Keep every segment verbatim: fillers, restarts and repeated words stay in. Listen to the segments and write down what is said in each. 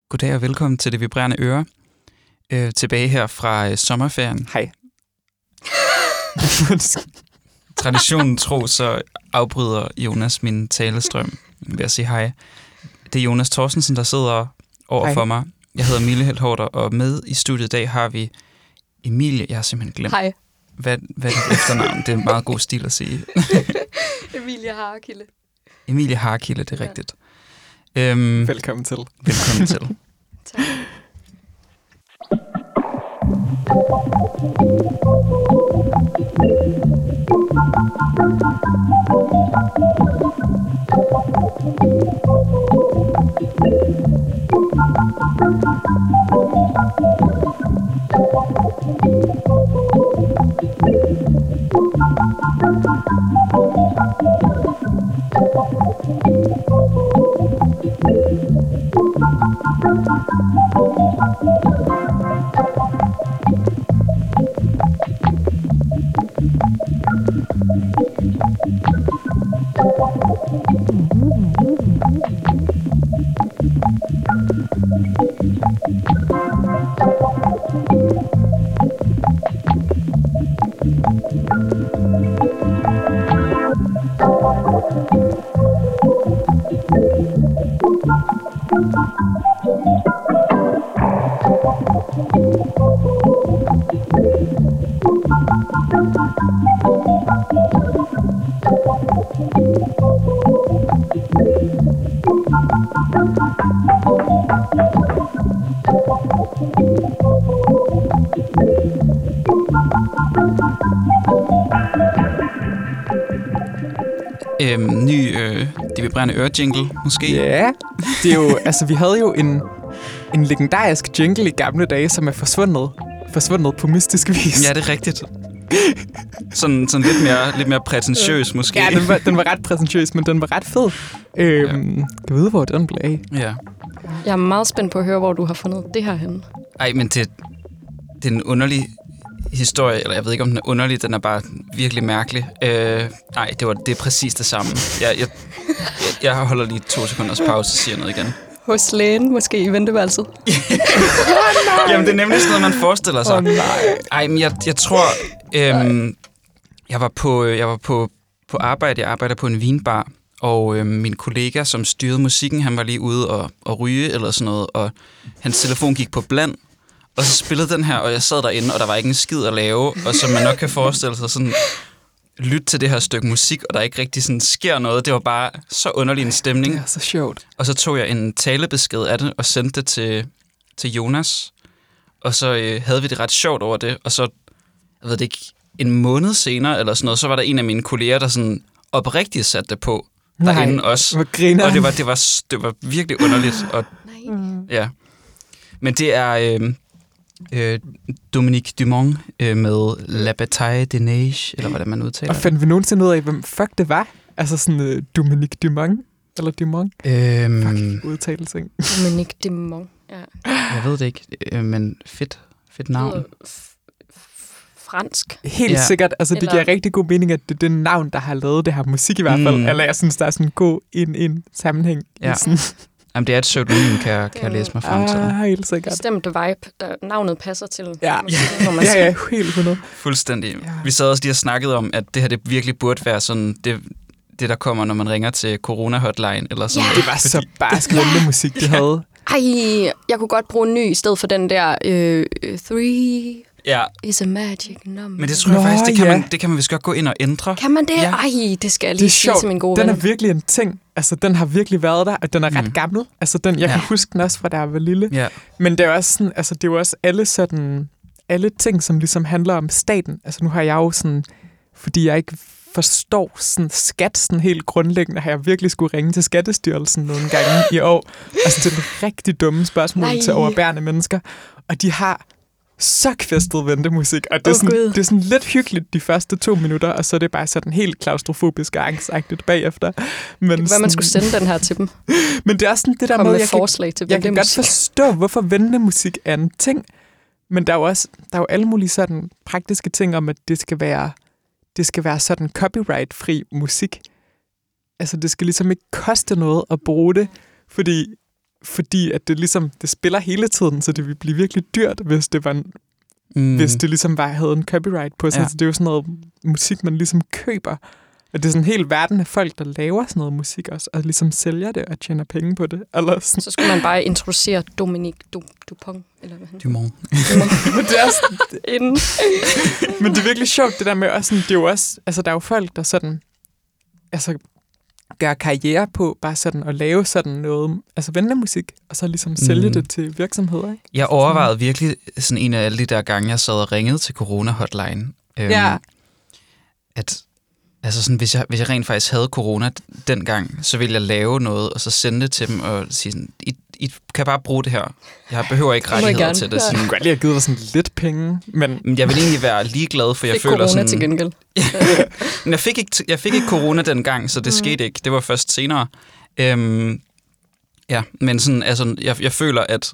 Goddag og velkommen til Det Vibrerende Øre. Øh, tilbage her fra øh, sommerferien. Hej. Traditionen tro, så afbryder Jonas min talestrøm ved at sige hej. Det er Jonas Thorstensen, der sidder over hej. for mig. Jeg hedder Mille Helthorter, og med i studiet i dag har vi Emilie. Jeg har simpelthen glemt. Hej. Hvad, hvad er dit efternavn? Det er en meget god stil at sige. Emilie Harekilde. Emilie Harekilde, det er ja. rigtigt. Øhm, Velkommen til. Velkommen til. Tak. Øhm, ny øh, Det Vibrerende Øre-jingle, måske? Ja, det er jo, altså vi havde jo en, en legendarisk jingle i gamle dage, som er forsvundet, forsvundet på mystisk vis. Ja, det er rigtigt. Sådan, sådan lidt mere, lidt mere prætentiøs, måske. Ja, den var, den var ret præsentiøs, men den var ret fed. Øhm, ja. Jeg ved, hvor den blev af. Ja. Jeg er meget spændt på at høre, hvor du har fundet det her henne. Ej, men det, det er en underlig historie, eller jeg ved ikke, om den er underlig, den er bare virkelig mærkelig. Øh, nej, det, var, det er præcis det samme. Jeg, jeg, jeg, jeg holder lige to sekunders pause og siger noget igen. Hos lægen, måske i venteværelset. Jamen, det er nemlig sådan noget, man forestiller sig. Åh, nej. Ej, men jeg, jeg tror, øhm, jeg var, på, jeg var på, på arbejde. Jeg arbejder på en vinbar, og øhm, min kollega, som styrede musikken, han var lige ude og, og ryge eller sådan noget, og hans telefon gik på bland, og så spillede den her, og jeg sad derinde, og der var ikke en skid at lave, og som man nok kan forestille sig, sådan lytte til det her stykke musik, og der ikke rigtig sådan sker noget. Det var bare så underlig en stemning. Det er så sjovt. Og så tog jeg en talebesked af det, og sendte det til, til Jonas, og så øh, havde vi det ret sjovt over det, og så, jeg ved det ikke, en måned senere, eller sådan noget, så var der en af mine kolleger, der sådan oprigtigt satte det på, derinde Nej, også. hvor griner Og det var, det, var, det var virkelig underligt. Og, Nej. ja. Men det er øh, øh, Dominique Dumont øh, med La Bataille des Neiges, eller hvordan man udtaler Og det. fandt vi nogensinde ud af, hvem fuck det var? Altså sådan uh, Dominique Dumont? Eller Dumont? Øhm, Fuck, udtalelse. Dominique Dumont. Ja. jeg ved det ikke, øh, men fedt, fedt navn. Det lyder f- f- fransk. Helt Ja. ja. sikkert. Altså, det Eller- giver rigtig god mening, at det er det navn, der har lavet det her musik i hvert fald. Mm. Mm. Eller jeg synes, der er sådan en god en, en sammenhæng. Ja. Sådan. Jamen, det er et pseudonym, kan, jeg- kan jeg læse mig frem til. Ah, helt sikkert. Bestemt vibe, der navnet passer til. Ja. musikken, må man Ja, sige. ja, helt hundrede. Fuldstændig. Ja. Vi sad også lige og snakkede om, at det her det virkelig burde være sådan, det, det der kommer, når man ringer til corona-hotline, eller sådan Ja. noget. Det var så barsk musik, det havde. Ej, jeg kunne godt bruge en ny, i stedet for den der øh, Three Ja, is a magic number. men det tror jeg Nå, faktisk, det kan, ja. man, det kan man vist godt gå ind og ændre. Kan man det? Ja. Ej, det skal jeg Det lige er sige sjovt. til min gode Den er ven. virkelig en ting. Altså, den har virkelig været der, og den er ret Mm. gammel. Altså, den, jeg Ja. kan huske den også fra, da jeg var lille. Ja, Men det er jo også sådan, altså, det er jo også alle sådan, alle ting, som ligesom handler om staten. Altså, nu har jeg jo sådan, fordi jeg ikke forstår sådan skat sådan helt grundlæggende, har jeg virkelig skulle ringe til Skattestyrelsen nogle gange i år. Altså, det er en rigtig dumme spørgsmål Nej. til overbærende mennesker. Og de har så kvæstet ventemusik, og det er, Åh, sådan, Gud. det er sådan lidt hyggeligt de første to minutter, og så er det bare sådan helt klaustrofobisk og angstagtigt bagefter. Men, Det kunne være, man skulle sende den her til dem. men det er også sådan det der Kom med, med jeg kan, forslag til jeg kan godt ventemusik. forstå, hvorfor ventemusik er en ting, men der er jo også der er jo alle mulige sådan praktiske ting om, at det skal være, det skal være sådan copyright-fri musik. Altså, det skal ligesom ikke koste noget at bruge det, fordi fordi at det ligesom, det spiller hele tiden, så det ville blive virkelig dyrt, hvis det var en, mm. hvis det ligesom var, havde en copyright på sig. Ja. Så det er jo sådan noget musik, man ligesom køber. Og det er sådan en hel verden af folk, der laver sådan noget musik også, og ligesom sælger det og tjener penge på det. Eller sådan. Så skulle man bare introducere Dominique Dupont, eller hvad han Dumont. Men det er sådan, men det er virkelig sjovt, det der med også sådan, det er jo også, altså der er jo folk, der sådan, altså gør karriere på bare sådan at lave sådan noget, altså vennemusik, og så ligesom sælge mm. det til virksomheder, ikke? Jeg overvejede virkelig sådan en af alle de der gange, jeg sad og ringede til corona-hotline. Øhm, ja. At altså sådan, hvis jeg, hvis jeg rent faktisk havde corona dengang, så ville jeg lave noget, og så sende det til dem og sige sådan, I, I kan bare bruge det her. Jeg behøver ikke rettigheder til det. Jeg kunne godt lige have givet dig sådan lidt penge, men... Jeg vil egentlig være ligeglad, for jeg fik føler corona sådan... til gengæld. Men jeg fik, ikke, jeg fik ikke corona dengang, så det mm. skete ikke. Det var først senere. Øhm, ja, men sådan, altså, jeg, jeg føler, at...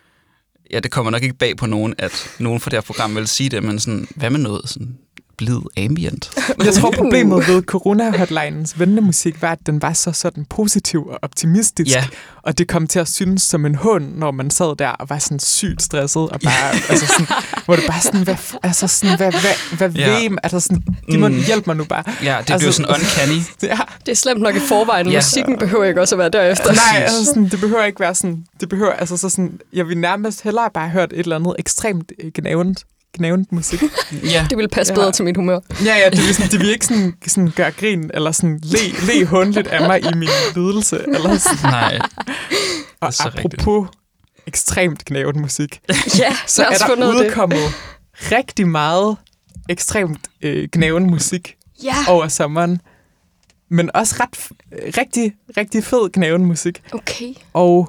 Ja, det kommer nok ikke bag på nogen, at nogen fra det her program vil sige det, men sådan, hvad med noget sådan... blid ambient. Jeg tror, problemet ved Corona-hotlinens vennemusik var, at den var så sådan positiv og optimistisk, ja. Og det kom til at synes som en hund, når man sad der og var sådan sygt stresset, og bare, altså sådan, hvor det bare sådan, hvad, altså sådan, hvad, hvad, hvad ja. Ved, altså sådan, de må mm. hjælpe mig nu bare. Ja, det altså, blev sådan uncanny. Ja. Det er slemt nok i forvejen. Ja. Musikken behøver ikke også at være derefter. Nej, altså sådan, det behøver ikke være sådan, det behøver, altså så sådan, jeg vil nærmest hellere bare hørt et eller andet ekstremt gnævent knævent musik. Ja. Det vil passe bedre ja. Til mit humør. Ja, ja, det vil, sådan, det vil ikke sådan, sådan gøre grin, eller sådan le, le hundligt af mig i min lidelse. Eller sådan. Nej. Og apropos rigtigt. Ekstremt knævent musik, ja, så er der udkommet det. Rigtig meget ekstremt øh, knævent musik ja. Over sommeren. Men også ret, rigtig, rigtig fed knævent musik. Okay. Og,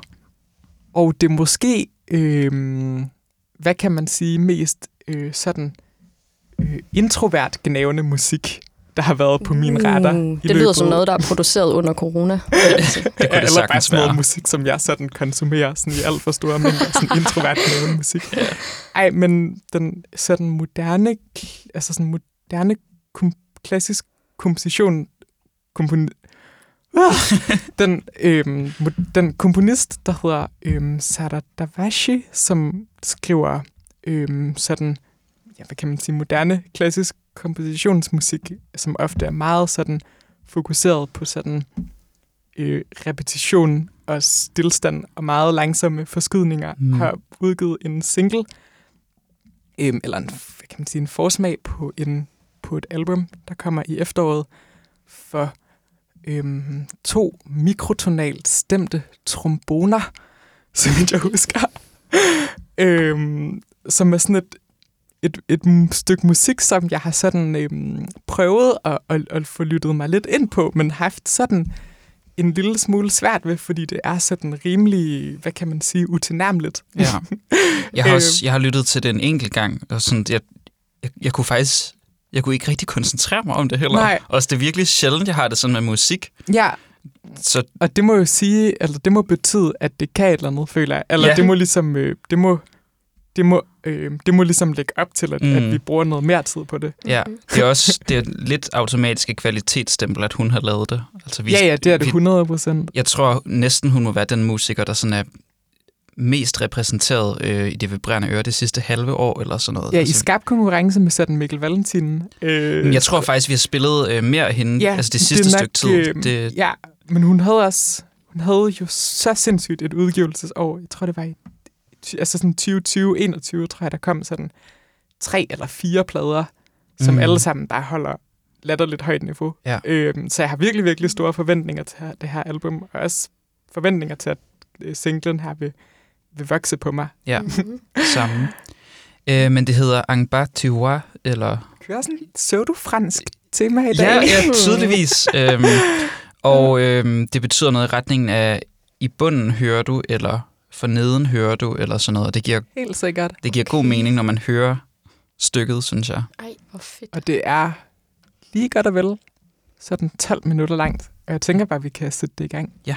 og det er måske... Øh, hvad kan man sige, mest øh, sådan øh, introvert gnævende musik, der har været på min radar. Uh, det lyder som noget, der er produceret under corona. det kunne det eller bare sådan noget musik, som jeg sådan konsumerer sådan i alt for store mængder, sådan introvert gnævende musik. Ja. Ej, men den sådan moderne, altså sådan moderne kom, klassisk komposition, kompon, uh, den, øhm, den komponist, der hedder øhm, Sara Davashi, som skriver øhm, sådan, ja, hvad kan man sige, moderne klassisk kompositionsmusik, som ofte er meget sådan fokuseret på sådan øh, repetition og stillstand og meget langsomme forskydninger, mm. har udgivet en single, øhm, eller en, hvad kan man sige, en forsmag på, en, på et album, der kommer i efteråret for øhm, to mikrotonalt stemte tromboner, som jeg husker, øhm, som er sådan et, et, et stykke musik, som jeg har sådan øhm, prøvet at, at, at få lyttet mig lidt ind på, men haft sådan en lille smule svært ved, fordi det er sådan rimelig, hvad kan man sige, utilnærmeligt. Ja. Jeg har også jeg har lyttet til det en enkelt gang, og sådan, jeg, jeg, jeg kunne faktisk jeg kunne ikke rigtig koncentrere mig om det heller. Nej. Og det er virkelig sjældent, jeg har det sådan med musik. Ja, så og det må jo sige, eller det må betyde, at det kan et eller andet, føler jeg. Eller ja. det må ligesom, øh, det må, det må, øh, det må ligesom lægge op til, at, mm. at vi bruger noget mere tid på det. Ja, det er også det er lidt automatiske kvalitetsstempel, at hun har lavet det. Altså, vi, ja, ja, det er det hundrede procent. Jeg tror næsten, hun må være den musiker, der sådan er mest repræsenteret øh, i det vibrerende øre det sidste halve år, eller sådan noget. Ja, altså, i skarp konkurrence med sådan Mikkel Valentin. Øh, jeg tror faktisk, vi har spillet øh, mere af hende, ja, altså det sidste det nok, stykke tid. Øh, det... Ja, men hun havde også, hun havde jo så sindssygt et udgivelsesår. Jeg tror, det var i altså sådan tyve tyve enogtyve, tror jeg, der kom sådan tre eller fire plader, som mm. alle sammen bare holder latterligt højt niveau. Ja. Øh, så jeg har virkelig, virkelig store forventninger til det her album, og også forventninger til, at singlen her vil vil vokse på mig. Ja, samme. Øh, men det hedder En bas tu vois, eller... Kører sådan pseudo-fransk tema i dag. Ja, ja tydeligvis. øhm, og øhm, det betyder noget i retningen af, i bunden hører du, eller for neden hører du, eller sådan noget. Det giver, helt sikkert. Det giver god mening, når man hører stykket, synes jeg. Ej, hvor fedt. Og det er lige godt og vel sådan tolv minutter langt. Og jeg tænker bare, at vi kan sætte det i gang. Ja.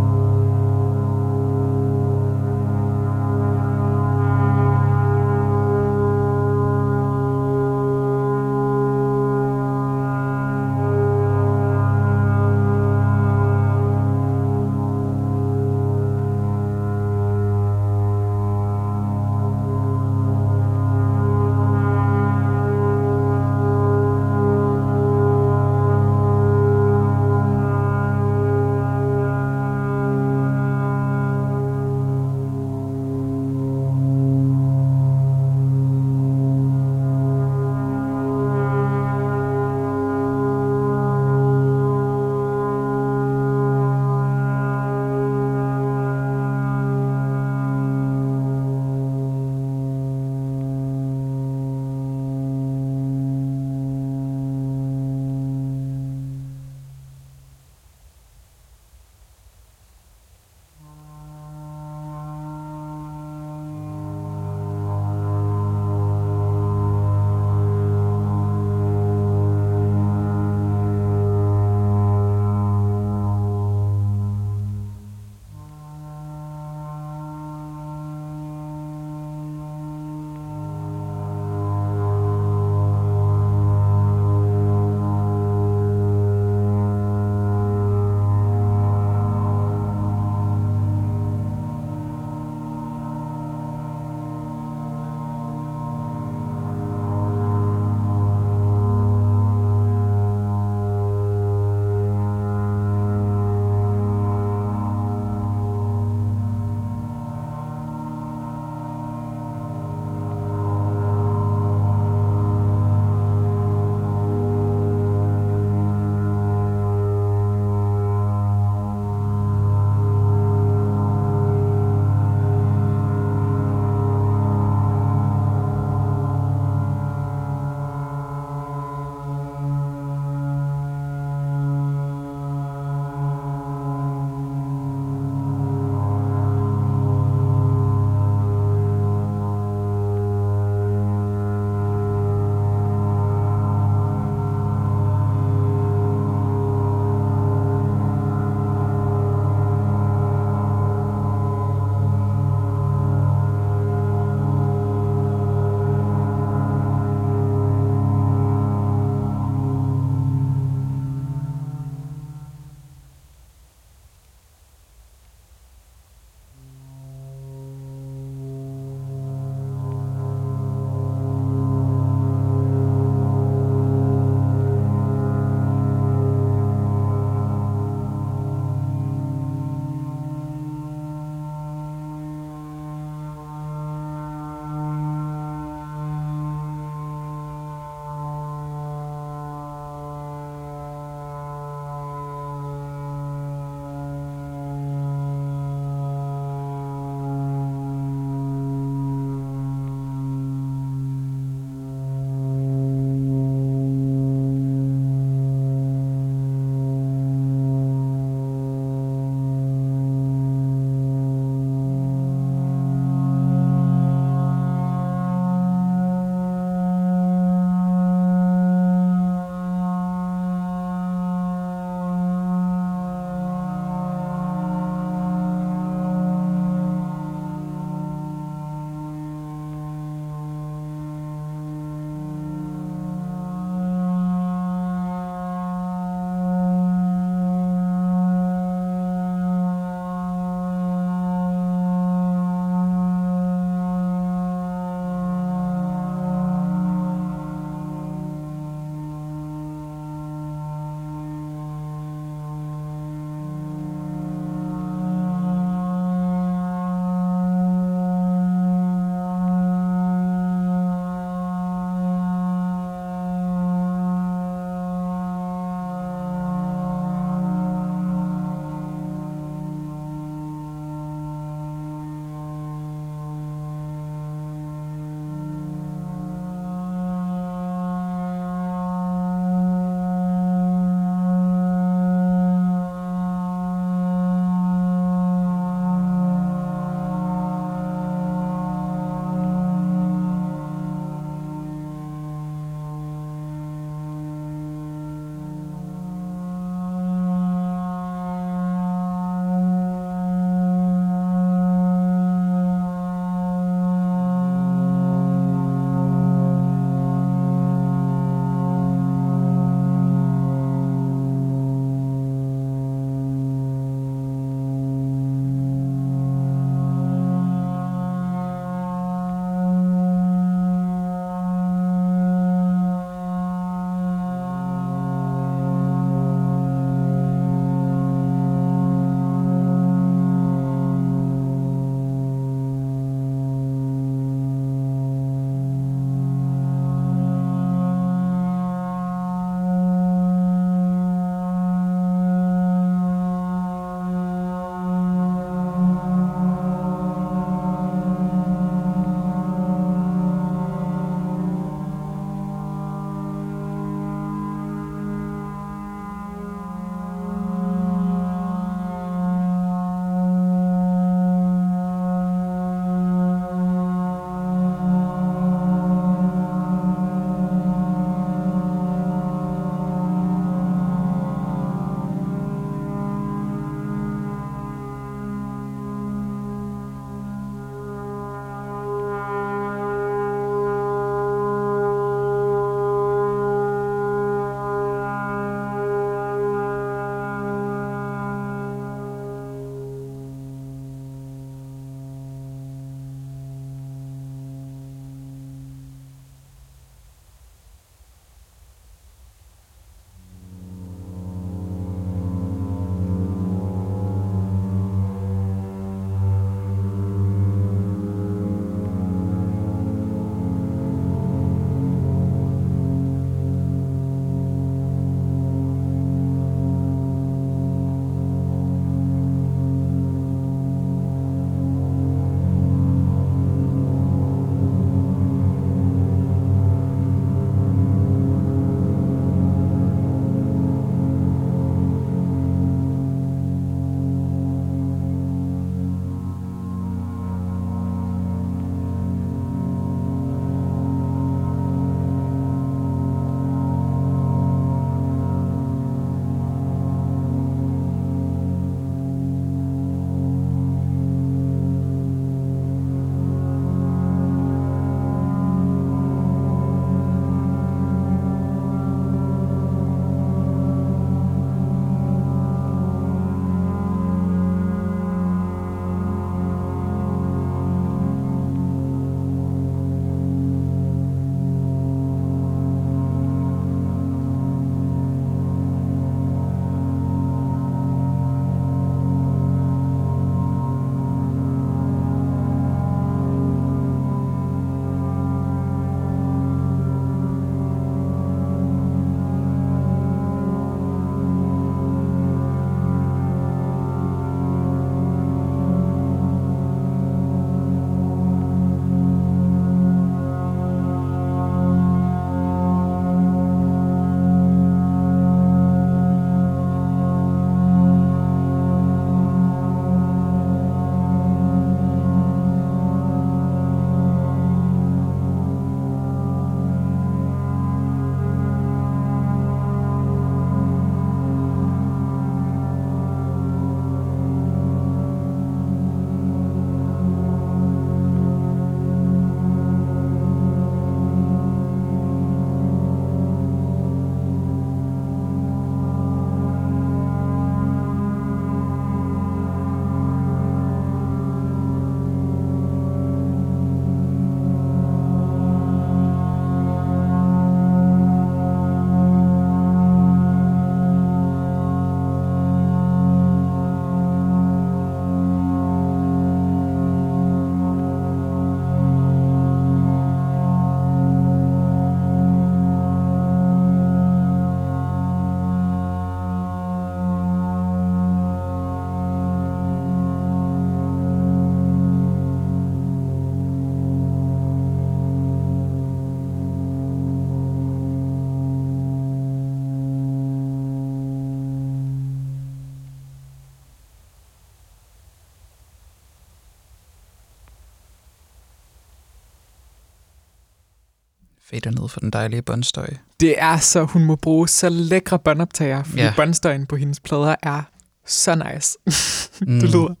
fader ned for den dejlige båndstøj. Det er så, hun må bruge så lækre båndoptager, fordi Ja. båndstøjen på hendes plader er så nice. Mm. Det lyder.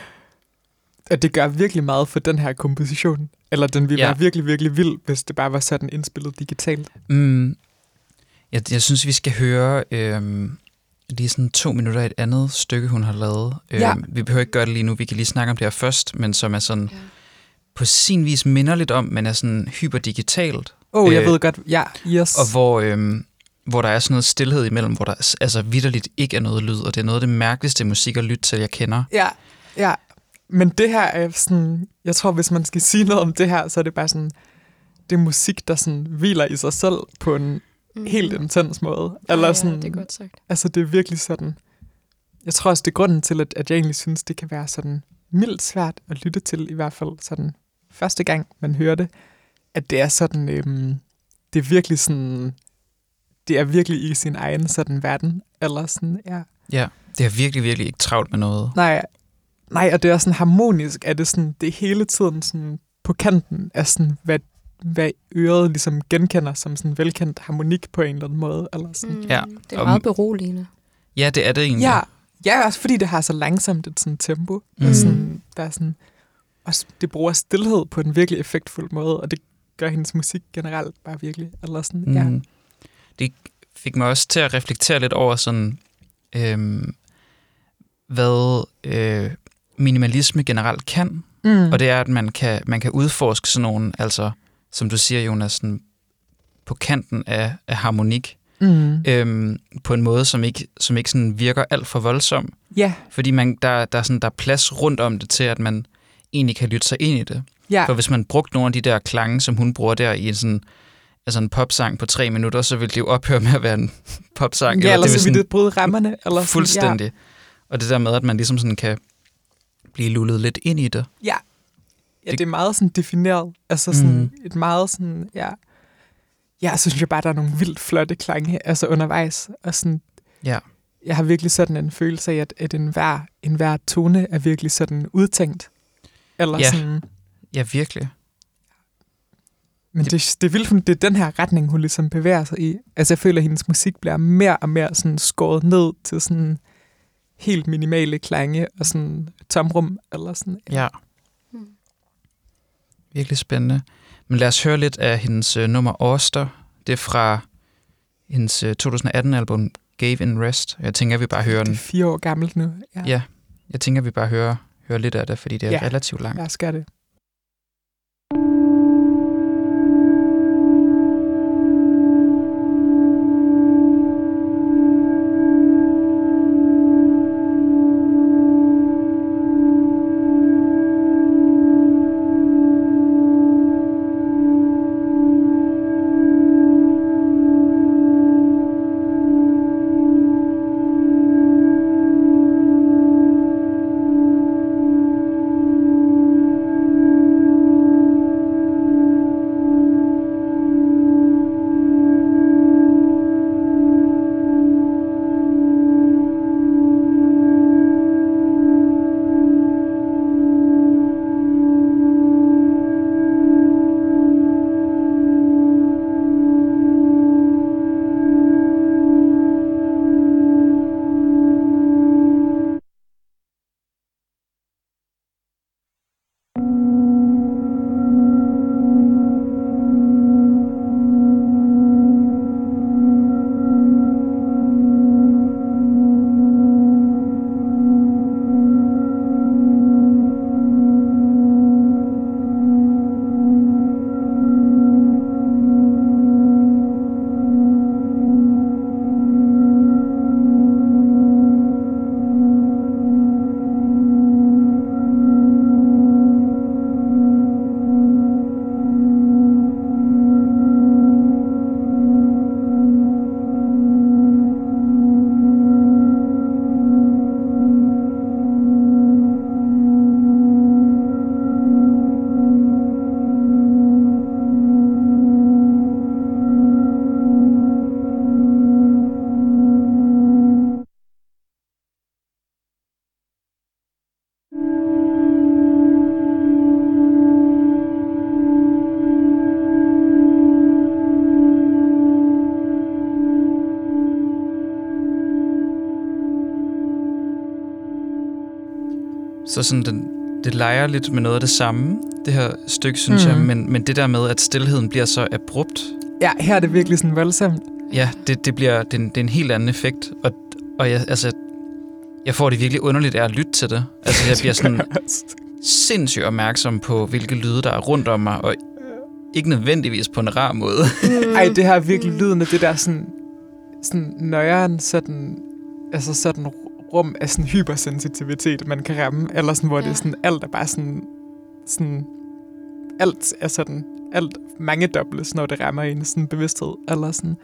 At det gør virkelig meget for den her komposition. Eller den ville Ja. være virkelig, virkelig vild, hvis det bare var sådan indspillet digitalt. Mm. Jeg, jeg synes, vi skal høre øhm, lige sådan to minutter af et andet stykke, hun har lavet. Ja. Øhm, vi behøver ikke gøre det lige nu, vi kan lige snakke om det her først, men som er sådan Ja. på sin vis minder lidt om, men er sådan hyperdigitalt. Åh, oh, jeg Øh, ved godt. Ja, yes. Og hvor, øhm, hvor der er sådan noget stillhed imellem, hvor der altså vitterligt ikke er noget lyd, og det er noget af det mærkeligste musik at lytte til, jeg kender. Ja, ja. Men det her er sådan... Jeg tror, hvis man skal sige noget om det her, så er det bare sådan... Det er musik, der sådan hviler i sig selv på en Mm. helt intens måde. Ja, Eller ja, sådan, det er godt sagt. Altså, det er virkelig sådan... Jeg tror også, det er grunden til, at, at jeg egentlig synes, det kan være sådan mildt svært at lytte til, i hvert fald sådan første gang, man hører det, at det er sådan... Øhm, det er virkelig sådan... Det er virkelig i sin egen sådan verden. Eller sådan, ja. Ja, det er virkelig, virkelig ikke travlt med noget. Nej, nej, og det er sådan harmonisk, at det sådan, det er hele tiden sådan på kanten af sådan, hvad, hvad øret ligesom genkender som sådan velkendt harmonik på en eller anden måde. Eller sådan. Mm. Ja, Det er og- meget beroligende. Ja, det er det egentlig. Ja, ja, også fordi det har så langsomt et sådan tempo. Mm. Mm. Og sådan, der er sådan, også, det bruger stillhed på en virkelig effektfuld måde, og det gør hendes musik generelt bare virkelig. Eller sådan, Mm. ja. Det fik mig også til at reflektere lidt over sådan, øhm, hvad øh, minimalisme generelt kan. Mm. Og det er, at man kan, man kan udforske sådan nogle, altså, som du siger, Jonas, sådan, på kanten af, af harmonik, Mm. øhm, på en måde, som ikke, som ikke sådan virker alt for voldsom. Ja, Fordi man, der, der, er sådan, der er plads rundt om det til, at man egentlig kan lytte sig ind i det. ja. For hvis man brugte nogle af de der klange, som hun bruger der i en, sådan, altså en popsang på tre minutter, så ville det jo ophøre med at være en popsang. Ja, eller det så vil det bryde rammerne. Eller sådan, fuldstændig. Og det der med, at man ligesom sådan kan blive lullet lidt ind i det. Ja. Ja, Det- det er meget sådan defineret. Altså sådan Mhm. et meget sådan, ja. Ja, så synes jeg bare, der er nogle vildt flotte klange, altså undervejs. Og sådan, Ja. jeg har virkelig sådan en følelse af, at, at enhver, enhver tone er virkelig sådan udtænkt. Eller Ja. sådan, Ja, virkelig. men det, det er vildt, det er den her retning, hun ligesom bevæger sig i. Altså jeg føler, at hendes musik bliver mere og mere sådan skåret ned til sådan helt minimale klange og sådan tomrum. Eller sådan. Ja. Mm. Virkelig spændende. Men lad os høre lidt af hendes øh, nummer Oster. Det er fra hendes øh, to tusind atten-album Gave in Rest. Jeg tænker, vi bare hører Det er den. fire år gammelt nu. Ja, Ja, jeg tænker, vi bare hører, hører lidt af det, fordi det er Ja. relativt langt. lad os gøre det. Thank Så sådan, den, det leger lidt med noget af det samme, det her stykke, synes mm. jeg. Men, men det der med, at stilheden bliver så abrupt. Ja, her er det virkelig sådan voldsomt. Ja, det, det bliver det, det er en helt anden effekt. Og, og jeg, altså, jeg får det virkelig underligt af at lytte til det. Altså, jeg bliver sådan sindssygt opmærksom på, hvilke lyde, der er rundt om mig, og ikke nødvendigvis på en rar måde. Ej, det her er virkelig lyden af det der sådan, sådan nøjeren, sådan, altså sådan rum af sådan hypersensitivitet, man kan ramme, eller sådan, hvor ja. det er sådan, alt er bare sådan, sådan alt er sådan, alt mange dobles, når det rammer en sådan bevidsthed, eller sådan.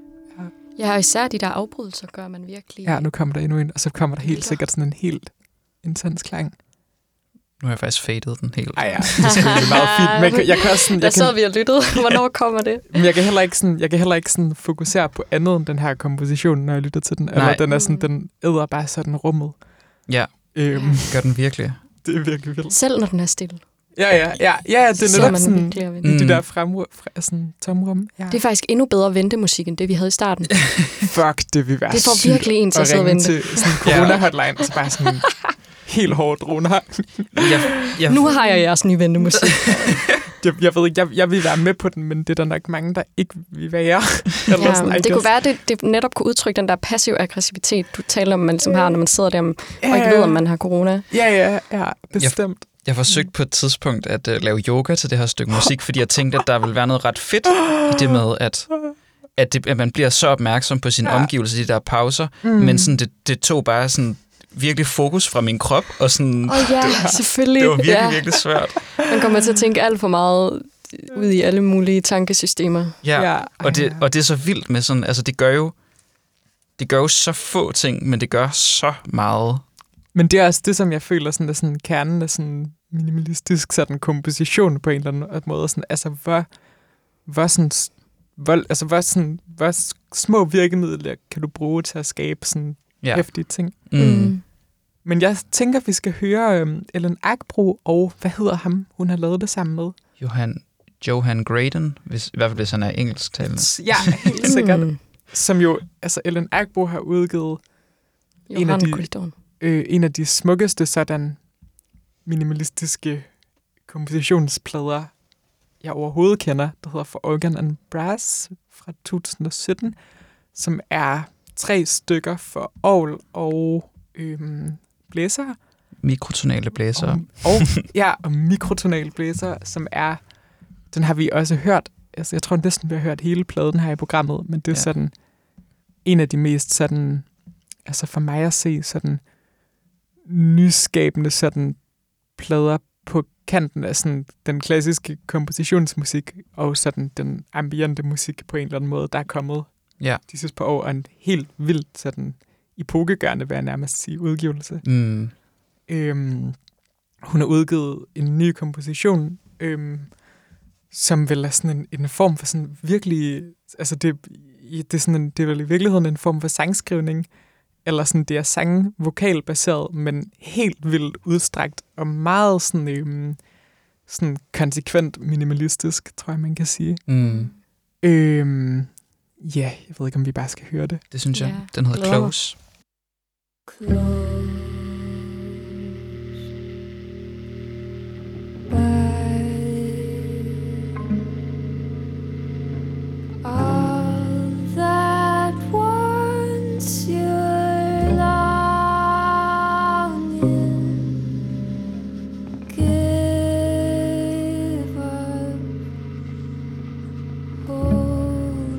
Ja, og især de der afbrydelser gør man virkelig. Ja, nu kommer der endnu en, og så kommer der helt sikkert sådan en helt intens klang. Nu har jeg faktisk fadet den helt. Ej ja, det er selvfølgelig meget fint. Men jeg, kan, jeg kan også sådan, der jeg sad kan, vi og lyttede. Hvornår kommer det? Men jeg kan heller ikke sådan, jeg kan heller ikke sådan fokusere på andet end den her komposition, når jeg lytter til den. Nej. Eller den er sådan, den æder bare sådan rummet. Ja, øhm, gør den virkelig. Det er virkelig vildt. Selv når den er stille. Ja, ja, ja, ja, det er netop sådan, i mm. de der fremrum, sådan tomrum. Ja. Det er faktisk endnu bedre ventemusik, end det vi havde i starten. Fuck, det vil være det får virkelig en til at sidde og vente. til sådan en corona-hotline, og så bare sådan helt hårdt droner. jeg, jeg, nu har jeg jeres nye ventemusik. jeg, jeg ved ikke, jeg, jeg vil være med på den, men det er der nok mange, der ikke vil være. Ja, sådan, det kunne være, at det, det netop kunne udtrykke den der passiv aggressivitet, du taler om, man ligesom har, når man sidder der og ikke ved, om man har corona. Ja, ja, ja, bestemt. Jeg, jeg forsøgte på et tidspunkt at uh, lave yoga til det her stykke musik, fordi jeg tænkte, at der ville være noget ret fedt i det med, at, at, det, at man bliver så opmærksom på sine ja. omgivelser, de der pauser, mm. men sådan, det, det tog bare sådan virkelig fokus fra min krop, og sådan... Åh oh, ja, det var, selvfølgelig. Det var virkelig, ja. virkelig svært. Man kommer til at tænke alt for meget ud i alle mulige tankesystemer. Ja, ja. Og, det, og det er så vildt med sådan... Altså, det gør jo... Det gør jo så få ting, men det gør så meget. Men det er også det, som jeg føler, sådan, er sådan kernen af sådan minimalistisk sådan komposition på en eller anden måde. Sådan, altså, hvor, hvor, sådan, hvor, altså, hvor, sådan, hvor små virkemidler kan du bruge til at skabe sådan ja. hæftige ting. Mm. Men jeg tænker, vi skal høre um, Ellen Ackbro og, hvad hedder ham, hun har lavet det sammen med? Johan, Johan Graden, hvis, i hvert fald hvis han er engelsktalende. Ja, helt sikkert. Mm. Som jo, altså Ellen Ackbro har udgivet en af, de, øh, en af de smukkeste sådan minimalistiske kompositionsplader, jeg overhovedet kender, der hedder For Organ and Brass fra to tusind og sytten, som er tre stykker for orgel og øhm, blæsere. Mikrotonale blæsere. Og, og, ja, og mikrotonale blæsere, som er, den har vi også hørt, altså jeg tror næsten, vi har hørt hele pladen her i programmet, men det er ja. sådan en af de mest sådan, altså for mig at se, sådan nyskabende sådan plader på kanten af sådan den klassiske kompositionsmusik og sådan den ambiente musik på en eller anden måde, der er kommet ja. de sidste par år, og en helt vildt sådan epokegørende, vil jeg nærmest sige, udgivelse. Mm. Øhm, hun har udgivet en ny komposition, øhm, som vel er sådan en, en form for sådan virkelig, altså det, det, er sådan en, det er vel i virkeligheden en form for sangskrivning, eller sådan det er sang vokalbaseret, men helt vildt udstrakt, og meget sådan, øhm, sådan konsekvent minimalistisk, tror jeg, man kan sige. Mm. Øhm, ja, jeg ved ikke, om vi bare skal høre det. Det synes jeg. Yeah. Den hedder Close. Close.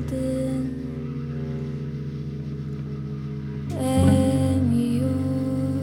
And you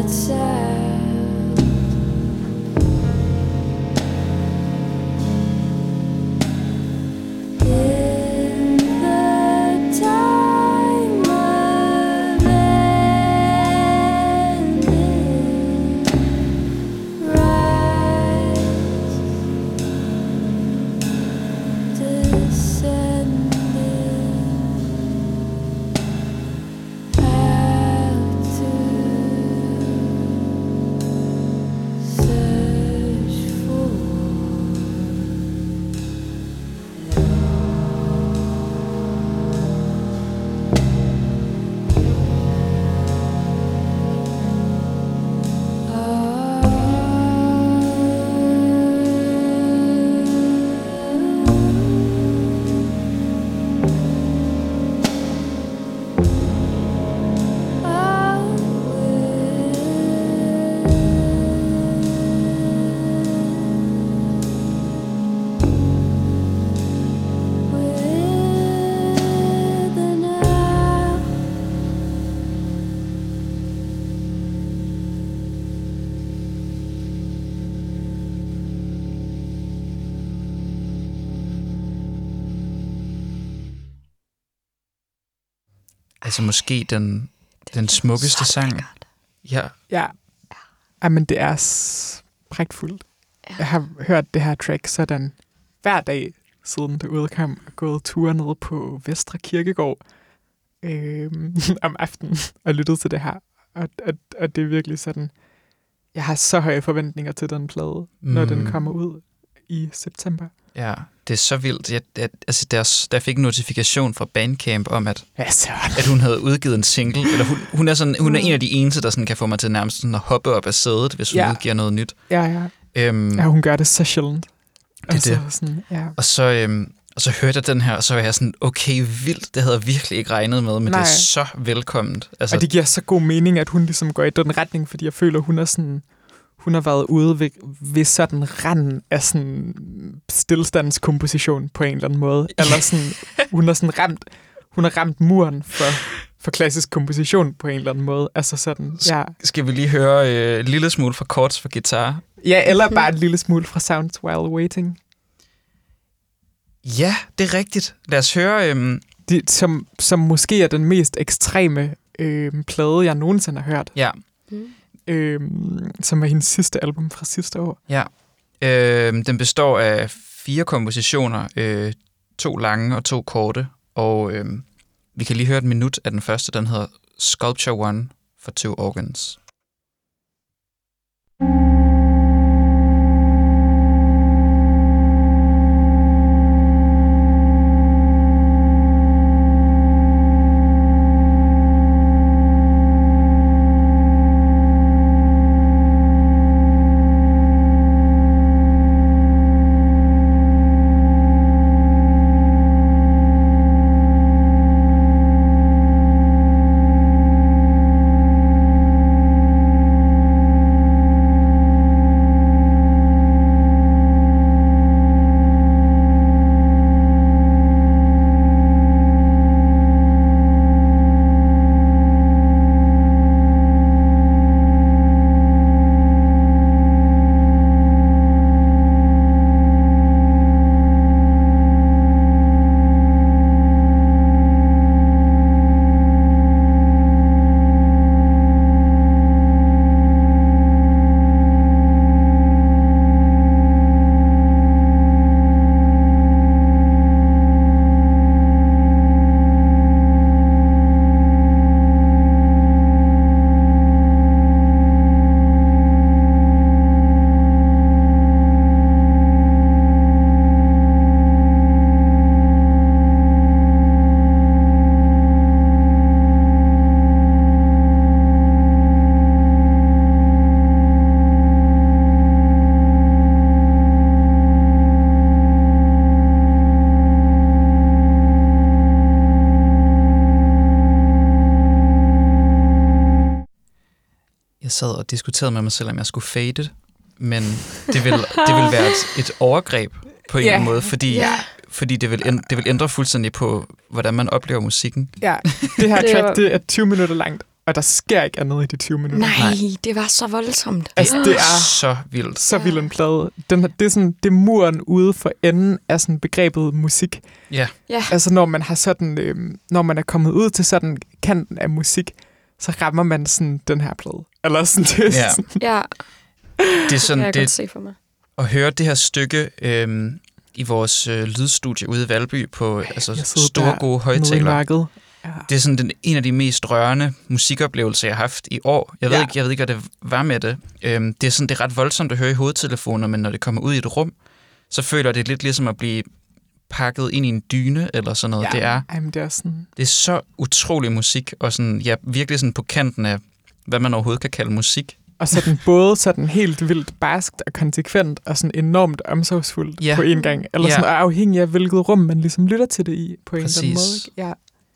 Altså måske den, den smukkeste sang. Ja. Ja. Ja, men det er s- prægtfuldt. Ja. Jeg har hørt det her track sådan hver dag, siden det udkom, og gået ture ned på Vestre Kirkegård øh, om aftenen og lyttet til det her. Og, og, og det er virkelig sådan, jeg har så høje forventninger til den plade, mm. når den kommer ud i september. Ja, det er så vildt. Jeg, jeg, altså, der, der fik en notifikation fra Bandcamp om, at, ja, at hun havde udgivet en single. Eller hun, hun, er sådan, hun er en af de eneste, der sådan kan få mig til nærmest sådan at hoppe op af sædet, hvis hun ja. udgiver noget nyt. Ja, ja. Øhm, ja, hun gør det så sjældent. Det altså, det. Sådan, ja. Og så... Øhm, Og så hørte jeg den her, og så var jeg sådan, okay, vildt, det havde jeg virkelig ikke regnet med, men Nej. det er så velkomment. Altså, og det giver så god mening, at hun ligesom går i den retning, fordi jeg føler, hun er sådan, hun har været ude ved, ved sådan randen af sådan stillstandskomposition på en eller anden måde. Eller sådan, hun har sådan ramt, hun har ramt muren for, for klassisk komposition på en eller anden måde. Altså sådan, ja. Skal vi lige høre øh, en lille smule fra Chords for guitar? Ja, eller bare en lille smule fra Sounds While Waiting. Ja, det er rigtigt. Lad os høre... Øhm... Det, som, som måske er den mest ekstreme øhm, plade, jeg nogensinde har hørt. Ja. Mm. Øhm, som var hendes sidste album fra sidste år. Ja. Øhm, den består af fire kompositioner. Øh, to lange og to korte. Og øhm, vi kan lige høre et minut af den første. Den hedder Sculpture One for Two Organs. Jeg sad og diskuterede med mig selv, om jeg skulle fade, men det vil, det vil være et, et overgreb på en yeah. måde, fordi, yeah. fordi det, vil ændre, det vil ændre fuldstændig på, hvordan man oplever musikken. Ja, det her track, det er tyve minutter langt, og der sker ikke andet i de tyve minutter. Nej, det var så voldsomt. Altså, det er så vildt. så vild en plade. Den, det, er sådan, det er muren ude for enden af sådan begrebet musik. Ja. Ja. Altså, når man har sådan, øh, når man er kommet ud til sådan kanten af musik, så rammer man sådan den her plade. Eller sådan, det er Ja. sådan. Ja, Det er sådan, det kan jeg det, godt se for mig. at høre det her stykke øhm, i vores øh, lydstudie ude i Valby på altså, Jeg sidder store, der gode nede i højtalere. mørket. Ja. Det er sådan den, en af de mest rørende musikoplevelser, jeg har haft i år. Jeg ved, Ja. ikke, jeg ved ikke, hvad det var med det. Øhm, det, er sådan, det er ret voldsomt at høre i hovedtelefoner, men når det kommer ud i et rum, så føler det lidt ligesom at blive pakket ind i en dyne eller sådan noget. Ja. Det, er, Ej, men det er sådan... det er så utrolig musik, og sådan, ja, virkelig sådan på kanten af, hvad man overhovedet kan kalde musik. Og sådan både sådan helt vildt barskt og konsekvent, og sådan enormt omsorgsfuldt Ja. på en gang. Eller Ja. sådan og afhængig af, hvilket rum man ligesom lytter til det i, på en eller anden måde. Præcis. Ikke? Ja.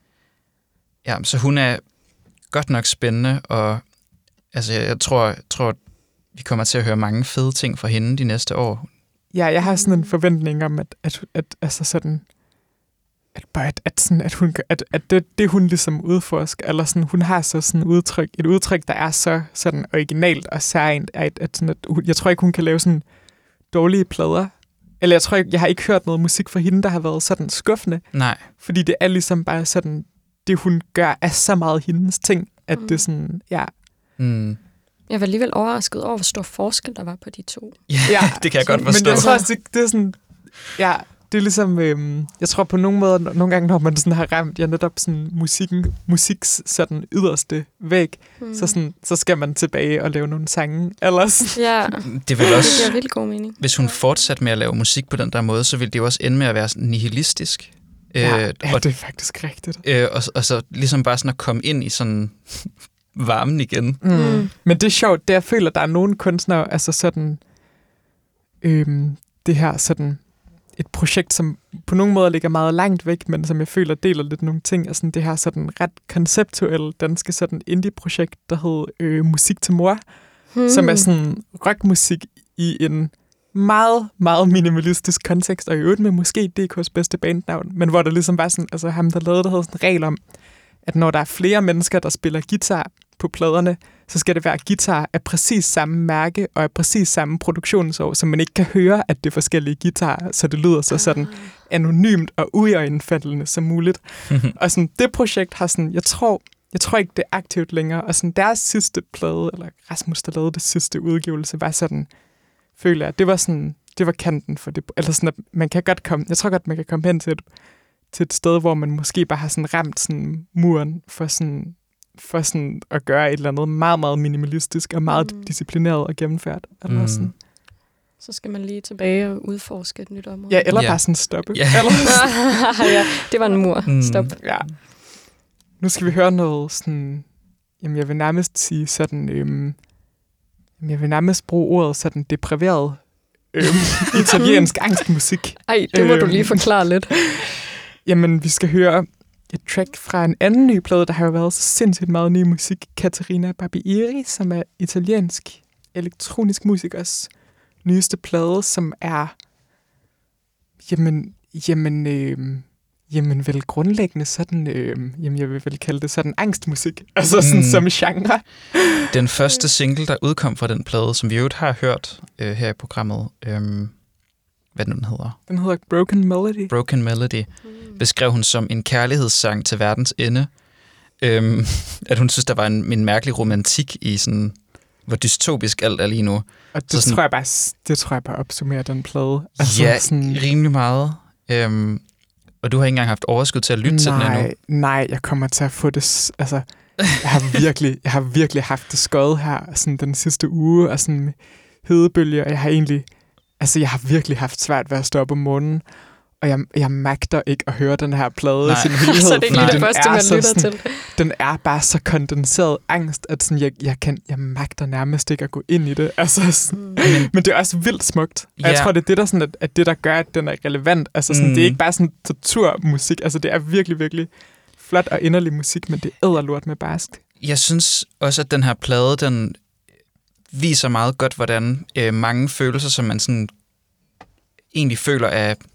Ja, så hun er godt nok spændende, og altså, jeg, jeg tror, tror, vi kommer til at høre mange fede ting fra hende de næste år. Ja, jeg har sådan en forventning om, at, at, at, altså sådan, at, bare at, at, sådan, at, hun, at, at det, det, hun ligesom udforsker, eller sådan, hun har så sådan udtryk, et udtryk, der er så sådan originalt og særligt, at, at, sådan, at hun, jeg tror ikke, hun kan lave sådan dårlige plader. Eller jeg tror ikke, jeg har ikke hørt noget musik fra hende, der har været sådan skuffende, Nej, fordi det er ligesom bare sådan, det hun gør er så meget hendes ting, at Mm. det sådan, ja. mm. Jeg var alligevel overrasket over, hvor stor forskel der var på de to. ja, Ja. det kan jeg godt forstå. Men jeg tror også, det, det er sådan, ja, det er ligesom, øhm, jeg tror på nogle måder, nogle gange, når man sådan har ramt, ja, netop sådan musikken, musiks sådan yderste væg, Mm. så, sådan, så skal man tilbage og lave nogle sange, ellers. Ja, Det vil det også, giver vildt god mening. hvis hun fortsatte med at lave musik på den der måde, så ville det jo også ende med at være sådan nihilistisk. Ja, øh, ja, og, det er faktisk rigtigt. øh, og, og så ligesom bare sådan at komme ind i sådan varmen igen. Mm. Mm. Men det er sjovt, det jeg føler, der er nogle kunstnere, altså sådan, øhm, det her sådan, et projekt, som på nogle måder ligger meget langt væk, men som jeg føler deler lidt nogle ting, og sådan det her sådan ret konceptuelle danske sådan indie-projekt, der hed øh, Musik til mor, Hmm. mm. som er sådan rockmusik i en meget, meget minimalistisk kontekst, og i øvrigt med måske D K's bedste bandnavn, men hvor der ligesom var sådan, altså ham, der lavede, der havde sådan en regel om, at når der er flere mennesker, der spiller guitar på pladerne, så skal det være guitar af præcis samme mærke og af præcis samme produktionsår, så man ikke kan høre, at det er forskellige guitarer, så det lyder så sådan anonymt og uigenfaldende som muligt. Og sådan, det projekt har sådan, jeg tror, jeg tror ikke, det er aktivt længere, og sådan deres sidste plade, eller Rasmus, der lavede det sidste udgivelse, var sådan, føler jeg, det var sådan, det var kanten for det, eller sådan, at man kan godt komme, jeg tror godt, man kan komme hen til et, til et sted, hvor man måske bare har sådan ramt sådan muren for sådan, for sådan at gøre et eller andet meget, meget minimalistisk og meget Mm. mm. disciplineret og gennemført. Eller Mm. sådan. Så skal man lige tilbage og udforske et nyt område. Ja, eller Ja. bare sådan stoppe. Ja. Eller, ja, det var en mur. Mm. Stop. ja. Nu skal vi høre noget sådan, jamen jeg vil nærmest sige sådan, øhm, jamen jeg vil nærmest bruge ordet sådan depriveret øhm, italiensk angstmusik. Ej, det må Øhm. du lige forklare lidt. Jamen, vi skal høre et track fra en anden ny plade, der har jo været så sindssygt meget ny musik. Caterina Barbieri, som er italiensk elektronisk musikers nyeste plade, som er, jamen, jamen, øh, jamen vel grundlæggende sådan, øh, jamen jeg vil vel kalde det sådan angstmusik, altså sådan Mm. som genre. Den første single, der udkom fra den plade, som vi jo har hørt øh, her i programmet, øh, hvad nu den hedder, Den hedder Broken Melody. Broken Melody, beskrev hun som en kærlighedssang til verdens ende. Øhm, at hun synes, der var en, en mærkelig romantik i sådan, hvor dystopisk alt er lige nu. Og det, Så sådan- tror jeg bare, det tror jeg bare opsummerer den plade. Altså, Ja, sådan, rimelig meget. Øhm, og du har ikke engang haft overskud til at lytte til den endnu. Nej, nej, jeg kommer til at få det... s- Altså, jeg har virkelig, jeg har virkelig haft det skøjet her sådan den sidste uge, og sådan med hedebølger, og jeg har egentlig... Altså, jeg har virkelig haft svært ved at stå op om morgenen, og jeg, jeg magter ikke at høre den her plade Nej. i sin helhed. Så det er ikke Nej. lige det den første, er man så lytter sådan, til. Den er bare så kondenseret angst, at sådan, jeg, jeg, kan, jeg magter nærmest ikke at gå ind i det. Altså, sådan, Mm. men det er også vildt smukt. Og jeg Ja. tror, det er det, der, sådan, at, at det, der gør, at den er relevant. Altså, sådan, Mm. det er ikke bare sådan torturmusik. Altså, det er virkelig, virkelig flot og inderlig musik, men det er æderlort med barsk. Jeg synes også, at den her plade, den viser meget godt, hvordan øh, mange følelser, som man sådan egentlig føler er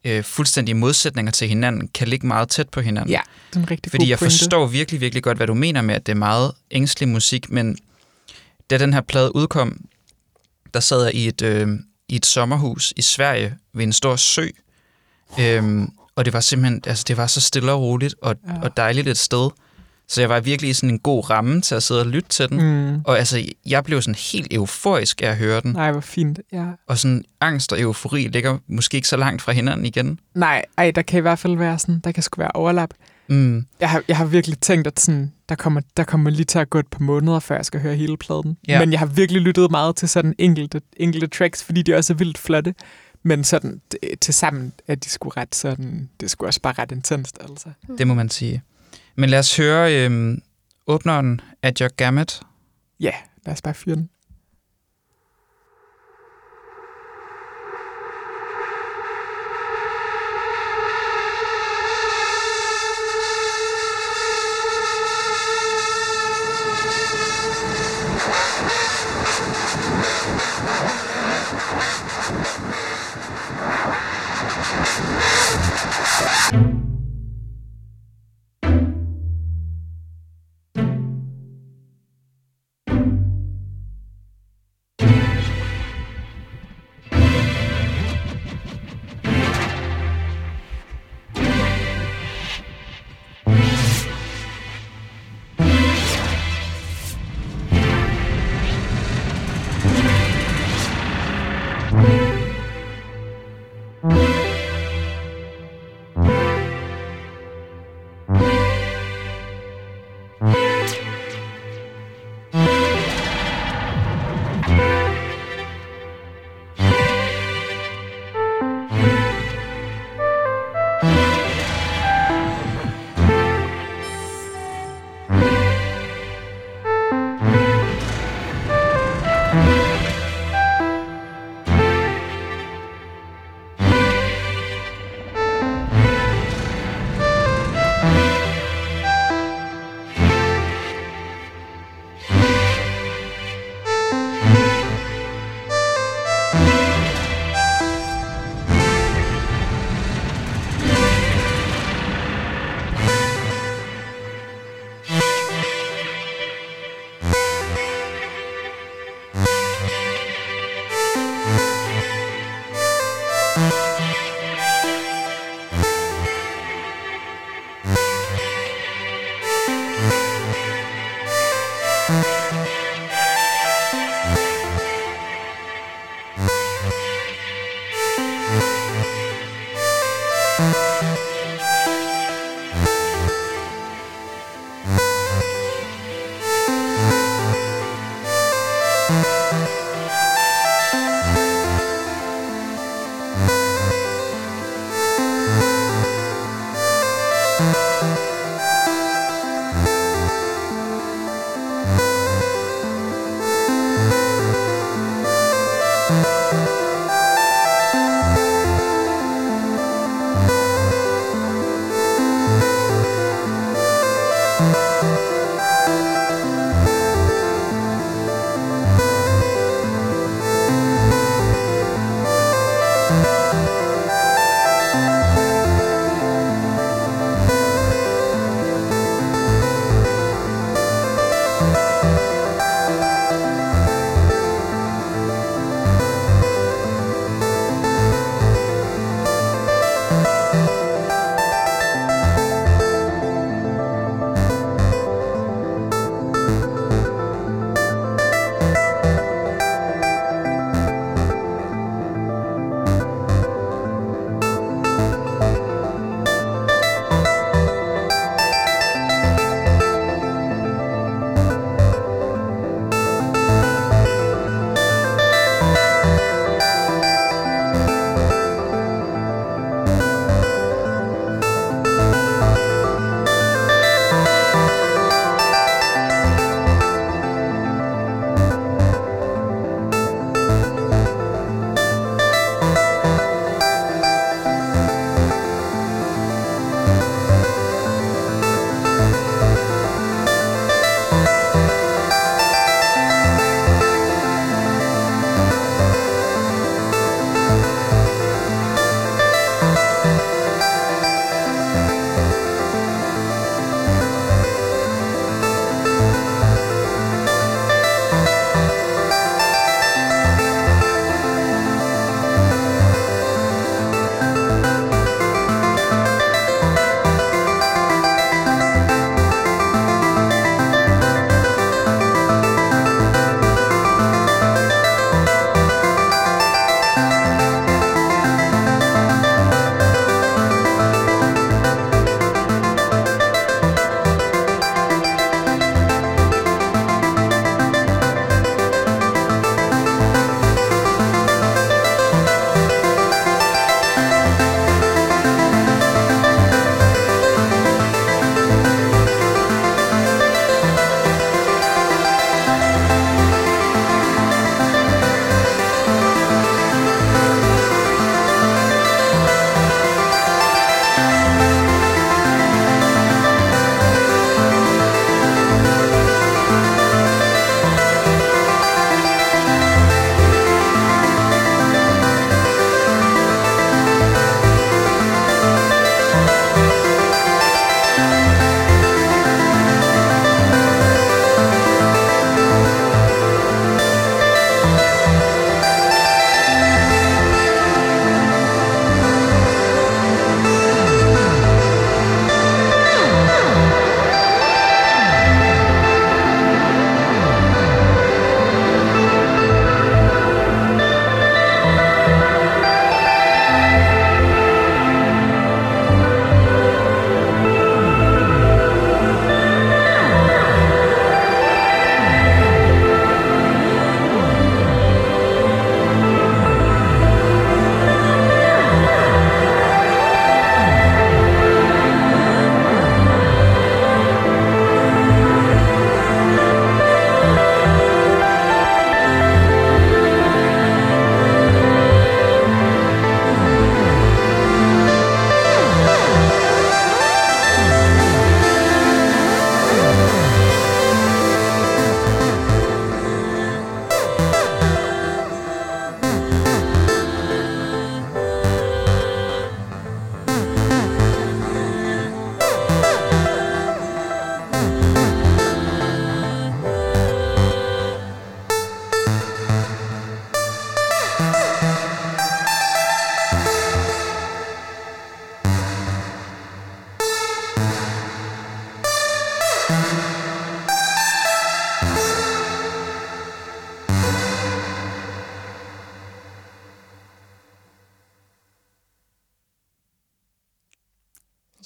øh, fuldstændige modsætninger til hinanden kan ligge meget tæt på hinanden. Ja, det er en rigtig Fordi god jeg pointe. forstår virkelig, virkelig godt, hvad du mener med, at det er meget ængstelig musik, men da den her plade udkom, der sad jeg i et, øh, i et sommerhus i Sverige ved en stor sø, øhm, og det var simpelthen, altså det var så stille og roligt og, Ja. og dejligt et sted, så jeg var virkelig i sådan en god ramme til at sidde og lytte til den, Mm. og altså, jeg blev sådan helt euforisk af at høre den, Nej, hvor fint. Ja. og sådan angst og eufori ligger måske ikke så langt fra hinanden igen. Nej, ej, der kan i hvert fald være sådan, der kan sgu være overlap. Mm. Jeg har, jeg har virkelig tænkt, at sådan, der, kommer, der kommer lige til at gå et par måneder, før jeg skal høre hele pladen. Ja. Men jeg har virkelig lyttet meget til sådan enkelte, enkelte tracks, fordi de også er vildt flotte. Men sådan d- til sammen er de sgu ret sådan, det er sgu også bare ret intenst, altså. Det må man sige. Men lad os høre øhm, åbneren af Your Gamut. Ja, lad os bare fyre den.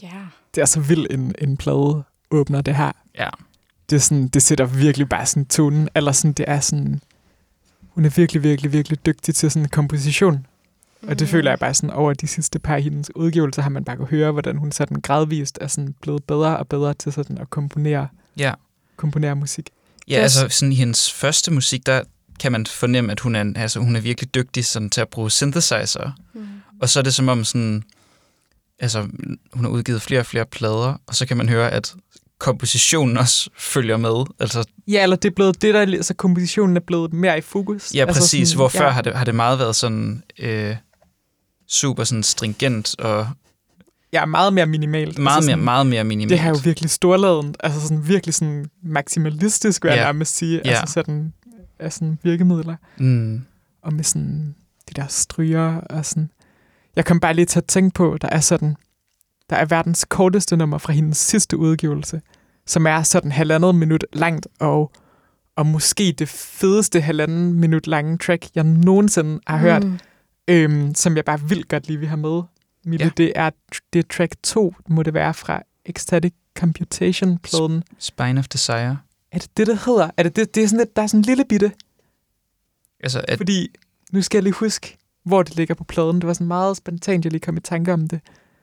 Ja. Det er så vild en, en plade åbner det her. Ja. Det, er sådan, det sætter virkelig bare sådan tonen. Eller sådan, det er sådan... Hun er virkelig, virkelig, virkelig dygtig til sådan komposition. Mm. Og det føler jeg bare sådan, over de sidste par af hendes udgivelser, har man bare kunne høre, hvordan hun sådan gradvist er sådan blevet bedre og bedre til sådan at komponere, Ja. komponere musik. Ja, altså sådan i hendes første musik, der kan man fornemme, at hun er, altså, hun er virkelig dygtig sådan, til at bruge synthesizer. Mm. Og så er det som om sådan, altså hun har udgivet flere og flere plader, og så kan man høre, at kompositionen også følger med. Altså, ja, eller det er blevet det, der altså kompositionen er blevet mere i fokus. Ja, præcis. Altså sådan, hvor før ja. har, det, har det meget været sådan øh, super sådan stringent og ja, meget mere minimalt. meget, altså mere, sådan, meget mere minimalt. Det her er jo virkelig storladent. Altså sådan virkelig sådan maksimalistisk, vil jeg Ja. nærmest sige. Ja. Altså sådan, af sådan virkemidler. Mm. Og med sådan de der stryger og sådan. Jeg kom bare lige til at tænke på, der er sådan, der er verdens korteste nummer fra hendes sidste udgivelse, som er sådan halvandet minut langt, og, og måske det fedeste halvanden minut lange track, jeg nogensinde har hørt, Mm. øhm, som jeg bare vildt godt lige vil have med. Mille, Ja. det er det er track to, må det være, fra Ecstatic Computation-pladen. Spine of Desire. Er det det, der hedder? Er det det? Det er sådan lidt, der er sådan en lille bitte. Altså, at, Fordi, nu skal jeg lige huske, hvor det ligger på pladen. Det var sådan meget spontant, jeg lige kom i tanke om det.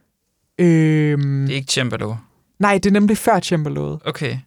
Øhm, det er ikke Cembalo. nej, det er nemlig før Cembaloet. Okay.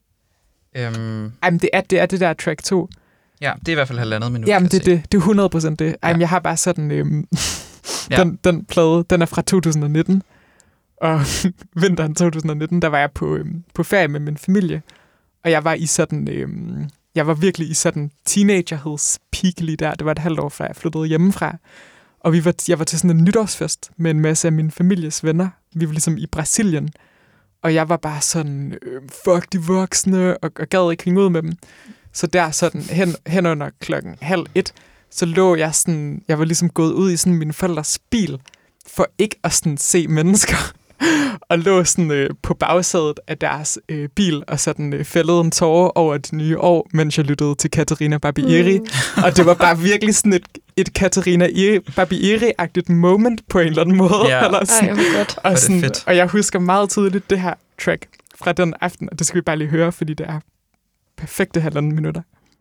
Øhm, Jamen, det er, det er det der track to. ja, det er i hvert fald halvandet minut. Jamen, kan det er jeg det. Det er hundrede procent det. Jamen, Ja. jeg har bare sådan... Øhm, Ja. den, den plade, den er fra to tusind nitten. Og vinteren to tusind nitten, der var jeg på, øhm, på ferie med min familie. Og jeg var i sådan... Øhm, jeg var virkelig i sådan teenagerhedspeak lige der. Det var et halvt år, før jeg flyttede hjemmefra. Og vi var, jeg var til sådan en nytårsfest med en masse af min families venner. Vi var ligesom i Brasilien. Og jeg var bare sådan, øh, fuck de voksne, og, og gad ikke hænge ud med dem. Så der sådan hen, hen under klokken halv et, så lå jeg sådan, jeg var ligesom gået ud i sådan min forældres bil, for ikke at sådan se mennesker. Og lå sådan øh, på bagsædet af deres øh, bil, og sådan øh, fældede en tårer over det nye år, mens jeg lyttede til Caterina Barbieri. Mm. Og det var bare virkelig sådan et, et Caterina Barbieri-agtigt moment på en eller anden måde. Ja. Eller sådan. Ej, hvor godt. Og, det sådan, fedt. og jeg husker meget tydeligt det her track fra den aften, og det skal vi bare lige høre, fordi det er perfekte halvanden minutter.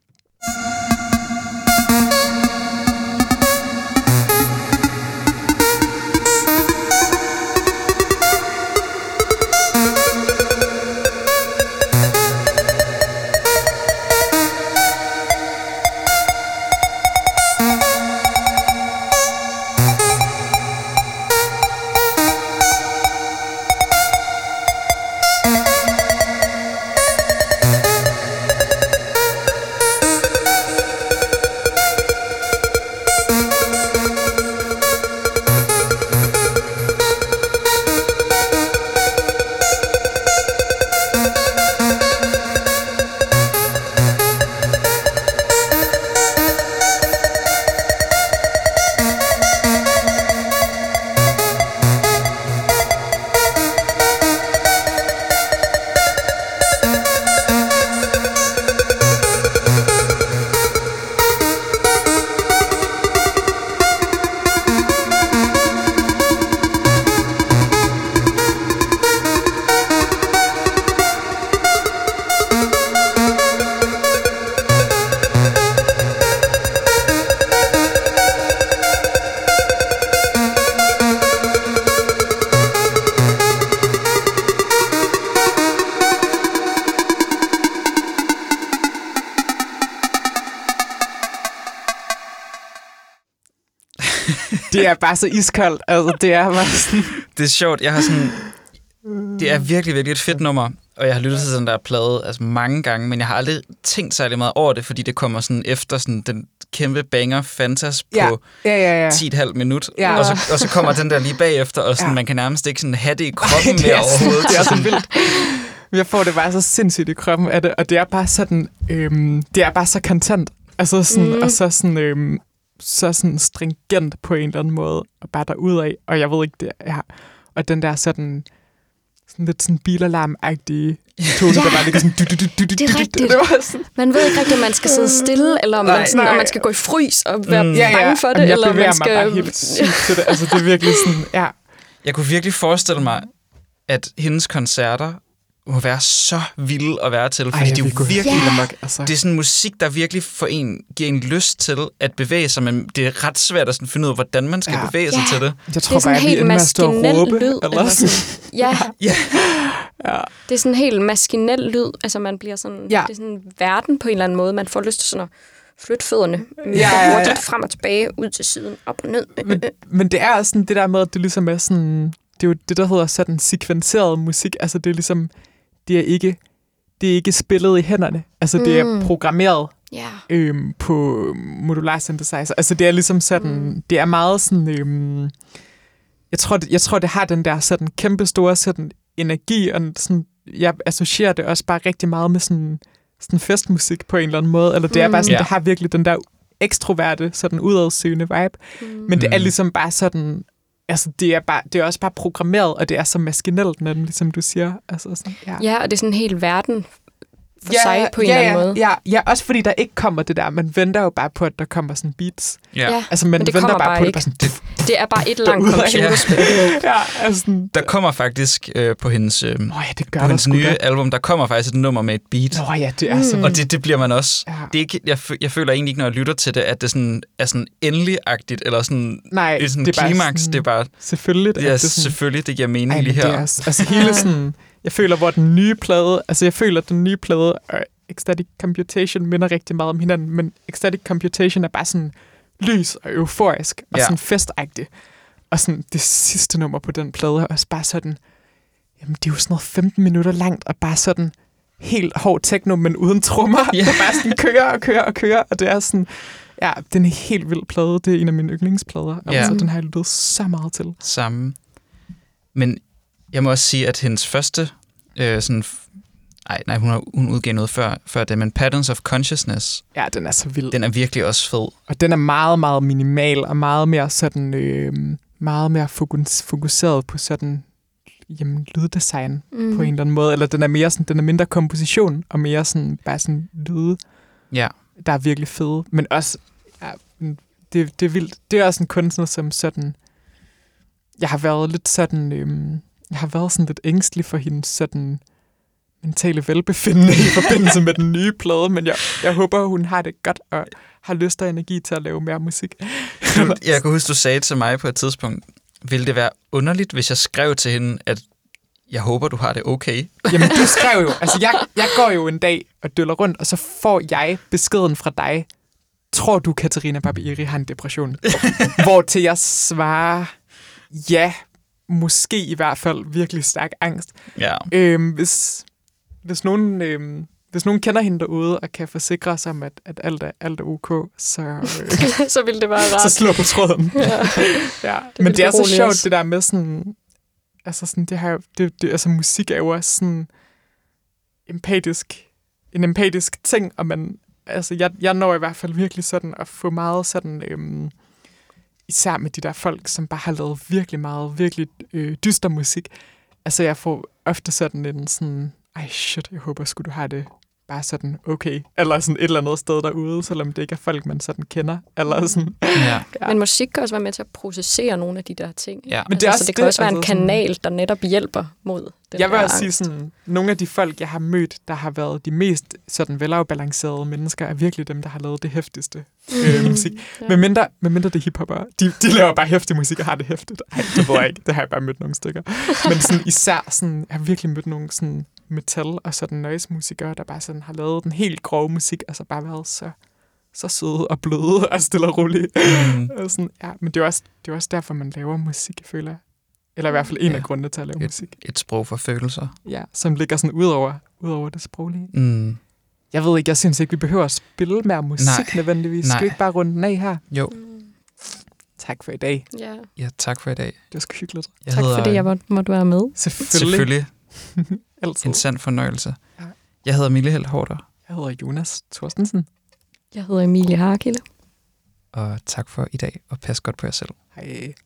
Det er bare så iskoldt. Altså, det er bare sådan... Det er sjovt. Jeg har sådan... Det er virkelig, virkelig et fedt nummer, og jeg har lyttet til den der plade altså mange gange, men jeg har aldrig tænkt særlig meget over det, fordi det kommer sådan efter sådan den kæmpe banger Fantas på Ja, ja, ja, ja. ti komma fem minut, Ja. og, så, og så kommer den der lige bagefter, og sådan, Ja. man kan nærmest ikke sådan have det i kroppen det mere er sådan- overhovedet. det er så sådan, vildt. Jeg får det bare så sindssygt i kroppen af det, og det er bare sådan, øhm, det er bare så kontant, altså sådan, mm. og så sådan, øhm, så sådan stringent på en eller anden måde, og bare derudad, og jeg ved ikke, det er, og den der sådan, sådan lidt sådan bilalarm-agtige tone, Ja. der bare ligger sådan, du, du, du, du, du, Det er du, rigtigt. det var sådan, Man ved ikke rigtigt, om man skal sidde stille, eller om, Nej. man, sådan, om Nej. man skal gå i frys og være Mm. mm. ja, ja, bange for det, Jamen, jeg eller om bevæger man mig bare skal... helt sygt til det, altså det er virkelig sådan, ja, jeg kunne virkelig forestille mig, at hendes koncerter må være så vilde at være til, fordi Ej, det er jo virkelig... yeah. nok, altså. Det er sådan musik, der virkelig for en, giver en lyst til at bevæge sig, men det er ret svært at sådan finde ud af, hvordan man skal Ja. bevæge sig Ja. til det. Jeg tror Det er sådan bare, helt vi ender med at stå og maskinel råbe. lyd, Eller eller sådan. Ja, Ja. Ja. det er sådan en helt maskinel lyd. Altså, man bliver sådan... Ja. Det er sådan en verden på en eller anden måde. Man får lyst til sådan at flytte fødderne Ja, ja, ja. hurtigt frem og tilbage, ud til siden, op og ned. Men, men det er sådan det der med, at det ligesom er sådan... Det er jo det, der hedder sådan sekvenseret musik. Altså, det er ligesom... Det er ikke, det er ikke spillet i hænderne. Altså, det er Mm. programmeret Ja. øhm, på modular synthesizer. Altså, det er ligesom sådan... Mm. Det er meget sådan... Øhm, jeg, tror, det, jeg tror, det har den der sådan kæmpe store sådan energi, og sådan, jeg associerer det også bare rigtig meget med sådan, sådan festmusik på en eller anden måde. Eller det er bare sådan, Ja. det har virkelig den der ekstroverte, sådan udadsøgende vibe. Mm. Men det er Mm. ligesom bare sådan... Altså, det er, bare, det er også bare programmeret, og det er så maskinelt, når den, ligesom du siger. Altså, sådan, ja. Ja, og det er sådan en hel verden for sig på en ja, eller anden ja, måde. Ja, ja, også fordi der ikke kommer det der. Man venter jo bare på, at der kommer sådan beats. Ja. Ja. Altså, man Men det venter kommer bare, bare på ikke. det. Bare sådan, Det er bare et langt Derudad, ja. computerspil. ja, altså sådan... Der kommer faktisk øh, på hendes, øh, Nå ja, det gør på der hendes sgu nye da. album, der kommer faktisk et nummer med et beat. Nå ja, det er så... Mm. Og det, det bliver man også... Ja. Det er ikke, jeg, fø- jeg føler egentlig ikke, når jeg lytter til det, at det sådan, er sådan endelig-agtigt, eller sådan... Nej, det er sådan det er bare klimaks, sådan- det er bare... Selvfølgelig. Det er at det sådan, selvfølgelig, det giver mening ej, lige men det her. er, også- altså hele sådan... Jeg føler, hvor den nye plade... Altså, jeg føler, at den nye plade og Ecstatic Computation minder rigtig meget om hinanden, men Ecstatic Computation er bare sådan lys og euforisk og Ja. sådan festagtig. Og sådan det sidste nummer på den plade er også bare sådan... Jamen, det er jo sådan noget femten minutter langt, og bare sådan helt hård techno, men uden trommer. Ja. Yeah. Der bare sådan kører og kører og kører, og det er sådan... Ja, den er helt vild plade. Det er en af mine yndlingsplader. Ja. Altså, den har jeg lyttet så meget til. Samme. Men jeg må også sige, at hendes første... Øh, sådan, ej, nej, hun, har, hun udgav noget før, før det, men Patterns of Consciousness, Ja, den er så vild. den er virkelig også fed. Og den er meget, meget minimal, og meget mere sådan... Øh, meget mere fokus, fokuseret på sådan... Jamen, lyddesign Mm. på en eller anden måde. Eller den er mere sådan... Den er mindre komposition, og mere sådan... Bare sådan lyde, Ja. der er virkelig fede. Men også... Ja, det, det er vildt. Det er også en kunstner, som sådan... Jeg har været lidt sådan... Øhm, jeg har været sådan lidt ængstelig for hendes sådan mentale velbefindende i forbindelse med den nye plade, men jeg, jeg håber, hun har det godt og har lyst og energi til at lave mere musik. Du, jeg kan huske, du sagde til mig på et tidspunkt, ville det være underligt, hvis jeg skrev til hende, at jeg håber, du har det okay? Jamen, du skrev jo... Altså, jeg, jeg går jo en dag og døller rundt, og så får jeg beskeden fra dig. Tror du, Katarina Barbieri har en depression? Hvor til jeg svarer, ja, måske i hvert fald virkelig stærk angst. Ja. Øhm, hvis, hvis, nogen, øhm, hvis nogen kender hende derude og kan forsikre sig om, at, at alt, er, alt er ok, så, øh, Så ville det være så rart. slå på tråden. Ja. Ja. Det Men vil det er så berolige sjovt, os. det der med sådan... Altså, sådan, det her, det, det, altså musik er jo også sådan empatisk, en empatisk ting, og man, altså, jeg, jeg når i hvert fald virkelig sådan at få meget sådan, øhm, især med de der folk, som bare har lavet virkelig meget, virkelig øh, dyster musik. Altså, jeg får ofte sådan en sådan, ej shit, jeg håber sgu, du har det bare sådan okay, eller sådan et eller andet sted derude, selvom det ikke er folk, man sådan kender, eller sådan. Ja. Ja. Men musik kan også være med til at processere nogle af de der ting. Ja. Men det er altså, også så det kan det, også være en altså sådan- kanal, der netop hjælper mod den Jeg vil der også sige angst. sådan, nogle af de folk, jeg har mødt, der har været de mest sådan velafbalancerede mennesker, er virkelig dem, der har lavet det hæftigste øh, musik. Ja. Med mindre, med mindre det er hiphopper. De, de laver bare hæftig musik og har det hæftigt. Ej, det ved jeg ikke. Det har jeg bare mødt nogle stykker. Men sådan, især sådan, jeg har virkelig mødt nogle sådan metal og sådan noise-musikere, der bare sådan har lavet den helt grove musik, og så bare været så, så søde og bløde og stille og rolige. Mm. Og sådan, ja, men det er, også, det er også derfor, man laver musik, føler jeg. Eller i hvert fald en Ja. af grundene til at lave musik. Et sprog for følelser. Ja, som ligger sådan ud over, ud over det sproglige. Mm. Jeg ved ikke, jeg synes ikke, vi behøver at spille mere musik Nej. nødvendigvis. Nej. Skal vi ikke bare runde den af her? Jo, Mm. Tak for i dag. Ja. ja, tak for i dag. Det var sgu hyggeligt. Jeg Tak fordi jeg må, måtte være med. Selvfølgelig. Selvfølgelig Altid. en sand fornøjelse. Ja. Jeg hedder Mille Helt Hårder, Jeg hedder Jonas Thorstensen. Jeg hedder Emilie Harkilde. og tak for i dag, og pas godt på jer selv. Hej.